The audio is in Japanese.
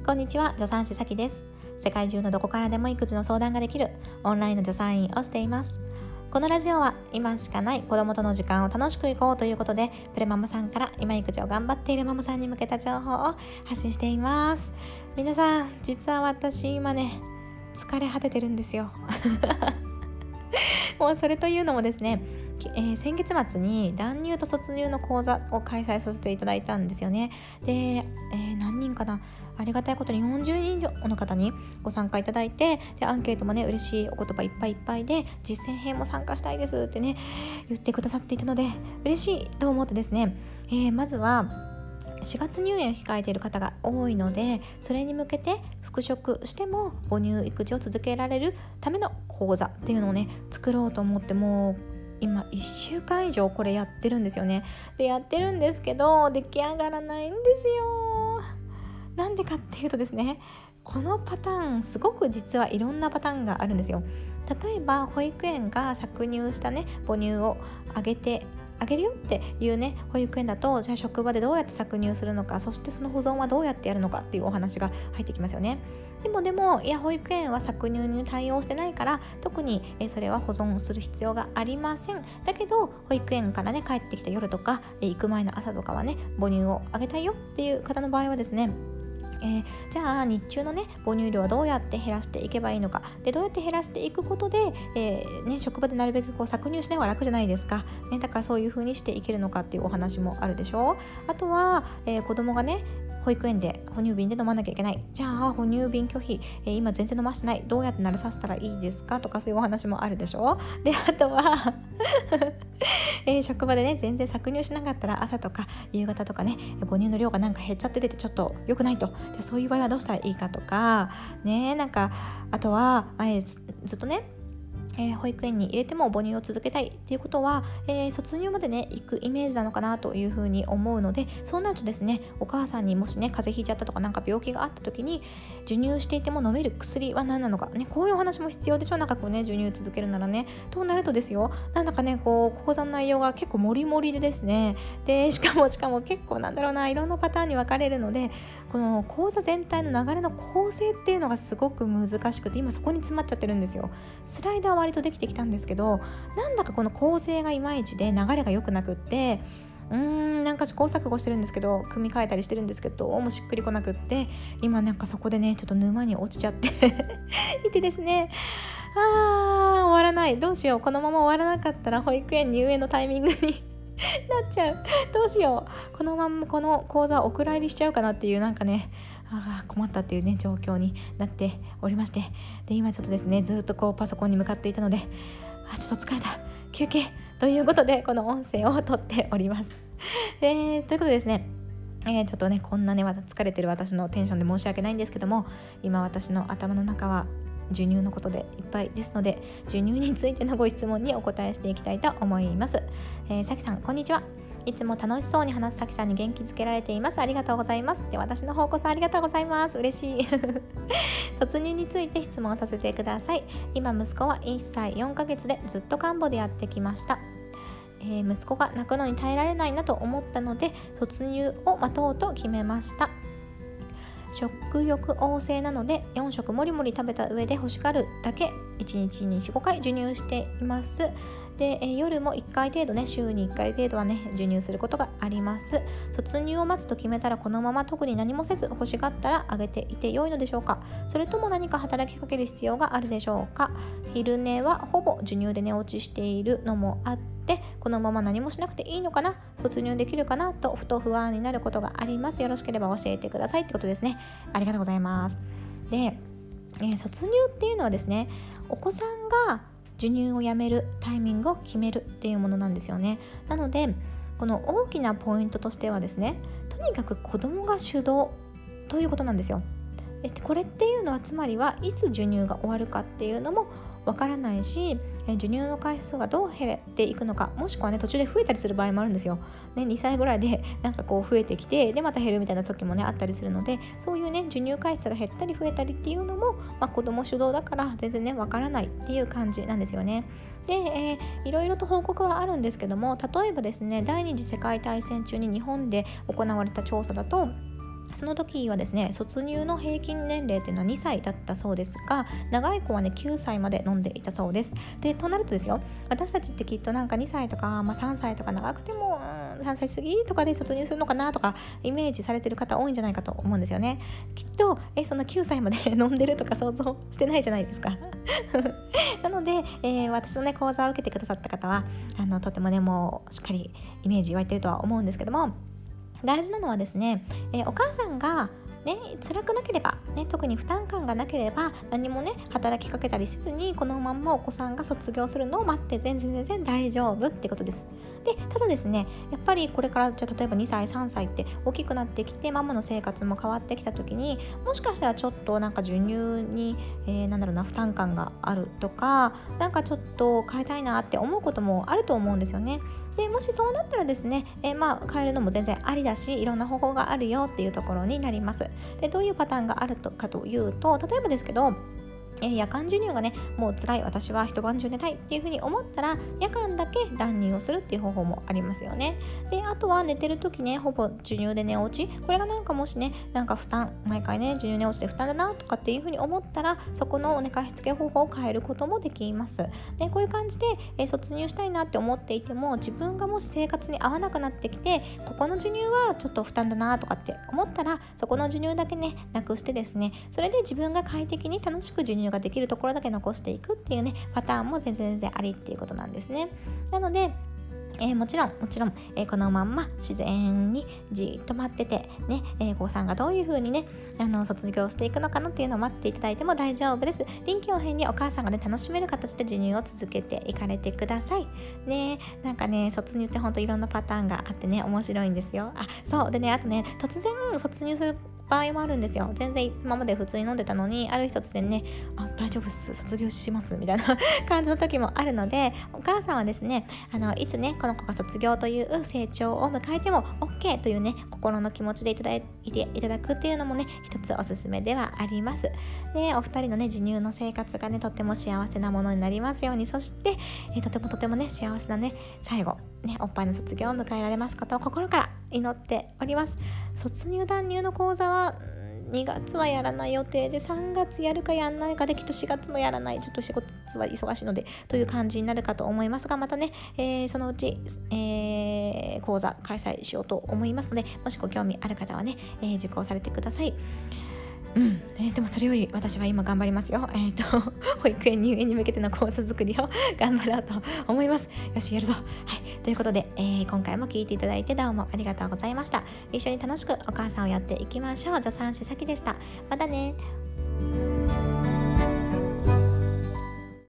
こんにちは、助産師さきです。世界中のどこからでも育児の相談ができるオンラインの助産院をしています。このラジオは今しかない子供との時間を楽しくいこうということで、プレママさんから今育児を頑張っているママさんに向けた情報を発信しています。皆さん、実は私今ね、疲れ果ててるんですよ。もうそれというのもですね、先月末に断乳と卒乳の講座を開催させていただいたんですよね。で、何人かな、ありがたいことに40人以上の方にご参加いただいて、でアンケートもね、嬉しいお言葉いっぱいいっぱいで、実践編も参加したいですってね言ってくださっていたので嬉しいと思ってですね、まずは4月入園を控えている方が多いので、それに向けて復職しても母乳育児を続けられるための講座っていうのをね作ろうと思って、もう今1週間以上これやってるんですよね。でやってるんですけど出来上がらないんですよ。なんでかっていうとですね、このパターンすごく実はいろんなパターンがあるんですよ。例えば保育園が搾乳したね母乳をあげるよっていうね保育園だと、じゃあ職場でどうやって搾乳するのか、そしてその保存はどうやってやるのかっていうお話が入ってきますよね。でもいや保育園は搾乳に対応してないから、特にそれは保存する必要がありません。だけど保育園からね帰ってきた夜とか行く前の朝とかはね母乳をあげたいよっていう方の場合はですね、じゃあ日中のね母乳量はどうやって減らしていけばいいのか、でどうやって減らしていくことで、職場でなるべくこう搾乳しない方が楽じゃないですか、だからそういう風にしていけるのかっていうお話もあるでしょう。あとは、子供がね保育園で哺乳瓶で飲まなきゃいけない、じゃあ哺乳瓶拒否、今全然飲ましてない、どうやって慣れさせたらいいですかとか、そういうお話もあるでしょう。であとは職場でね全然搾乳しなかったら朝とか夕方とかね母乳の量がなんか減っちゃっててちょっと良くないと、じゃあそういう場合はどうしたらいいかとかね、あとは、ずっとね保育園に入れても母乳を続けたいっていうことは、卒乳までね行くイメージなのかなというふうに思うので、そうなるとですね、お母さんにもしね風邪ひいちゃったとかなんか病気があった時に授乳していても飲める薬は何なのかね、こういうお話も必要でしょ。長くね授乳続けるならね、となるとですよ、なんだかねこう講座の内容が結構モリモリでですね、でしかも結構いろんなパターンに分かれるので、この講座全体の流れの構成っていうのがすごく難しくて、今そこに詰まっちゃってるんですよ。スライダーは割とできてきたんですけど、なんだかこの構成がいまいちで流れが良くなくって、なんか試行錯誤してるんですけど、組み替えたりしてるんですけど、どうもしっくりこなくって、今なんかそこでねちょっと沼に落ちちゃっていてですね、終わらない、どうしよう、このまま終わらなかったら保育園入園のタイミングになっちゃう、どうしよう、このままこの講座お蔵入りしちゃうかなっていう、なんかね困ったっていうね状況になっておりまして、で今ちょっとですねずっとこうパソコンに向かっていたので、ちょっと疲れた、休憩ということでこの音声を撮っております。ということでですね、ちょっとねこんなね疲れてる私のテンションで申し訳ないんですけども、今私の頭の中は授乳のことでいっぱいですので、授乳についてのご質問にお答えしていきたいと思います。さきさんこんにちは。いつも楽しそうに話すさきさんに元気づけられています。ありがとうございます。で私の方こそありがとうございます。嬉しい卒乳について質問させてください。今息子は1歳4ヶ月でずっと看護でやってきました。息子が泣くのに耐えられないなと思ったので卒乳を待とうと決めました。食欲旺盛なので4食もりもり食べた上で欲しがるだけ1日に 4,5 回授乳しています。で、夜も1回程度ね、週に1回程度はね授乳することがあります。卒乳を待つと決めたらこのまま特に何もせず欲しがったらあげていて良いのでしょうか、それとも何か働きかける必要があるでしょうか。昼寝はほぼ授乳で寝落ちしているのもあってこのまま何もしなくていいのかな、卒乳できるかなとふと不安になることがあります。よろしければ教えてくださいってことですね。ありがとうございます。で、卒乳っていうのはですね、お子さんが授乳をやめるタイミングを決めるっていうものなんですよね。なのでこの大きなポイントとしてはですね、とにかく子供が主導ということなんですよ。これっていうのはつまりはいつ授乳が終わるかっていうのもわからないし、授乳の回数がどう減っていくのか、もしくはね途中で増えたりする場合もあるんですよ、2歳ぐらいでなんかこう増えてきてでまた減るみたいな時もねあったりするので、そういうね授乳回数が減ったり増えたりっていうのも、子供主導だから全然ねわからないっていう感じなんですよね。で、いろいろと報告はあるんですけども、例えばですね第二次世界大戦中に日本で行われた調査だとその時はですね、卒乳の平均年齢っていうのは2歳だったそうですが、長い子はね9歳まで飲んでいたそうです。でとなるとですよ、私たちってきっとなんか2歳とか、3歳とか長くても3歳過ぎとかで卒乳するのかなとかイメージされてる方多いんじゃないかと思うんですよね。きっとその9歳まで飲んでるとか想像してないじゃないですかなので、私のね講座を受けてくださった方はとてもねもうしっかりイメージ湧いてるとは思うんですけども、大事なのはですね、お母さんが辛くなければ、特に負担感がなければ何も働きかけたりせずにこのまんまお子さんが卒業するのを待って全然大丈夫ってことです。でただですね、やっぱりこれから例えば2歳3歳って大きくなってきてママの生活も変わってきた時に、もしかしたらちょっとなんか授乳に、負担感があるとか、なんかちょっと変えたいなって思うこともあると思うんですよね。でもしそうなったらですね、変えるのも全然ありだし、いろんな方法があるよっていうところになります。でどういうパターンがあるかというと、例えばですけど、夜間授乳がもう辛い、私は一晩中寝たいっていう風に思ったら夜間だけ断乳をするっていう方法もありますよね。であとは寝てる時ほぼ授乳で寝落ち、これがもしなんか負担、毎回授乳寝落ちで負担だなとかっていう風に思ったら、そこの寝かしつけ方法を変えることもできます。でこういう感じで、卒乳したいなって思っていても、自分がもし生活に合わなくなってきて、ここの授乳はちょっと負担だなとかって思ったら、そこの授乳だけなくしてですね、それで自分が快適に楽しく授乳ができるところだけ残していくっていうパターンも全然ありっていうことなんですね。なのでもちろん、このまんま自然にじっと待っててお子さんがどういう風に卒業していくのかなっていうのを待っていただいても大丈夫です。臨機応変にお母さんが楽しめる形で授乳を続けていかれてくださいなんか卒乳ってほんといろんなパターンがあって面白いんですよ。そうであと突然卒乳する場合もあるんですよ。全然今まで普通に飲んでたのに、ある日突然大丈夫っす、卒業しますみたいな感じの時もあるので、お母さんはですね、いつこの子が卒業という成長を迎えても OK という心の気持ちでいただくっていうのも一つおすすめではあります。でお二人の授乳の生活がとっても幸せなものになりますように、そして、とても幸せな最後おっぱいの卒業を迎えられますことを心から祈っております。卒乳断乳の講座は2月はやらない予定で、3月やるかやらないかで、きっと4月もやらない、ちょっと仕事は忙しいのでという感じになるかと思いますが、またそのうち、講座開催しようと思いますので、もしご興味ある方は受講されてください。でもそれより私は今頑張りますよ。保育園入園に向けての講座作りを頑張ろうと思います。よしやるぞ。ということで、今回も聞いていただいてどうもありがとうございました。一緒に楽しくお母さんをやっていきましょう。助産師さきでした。またね。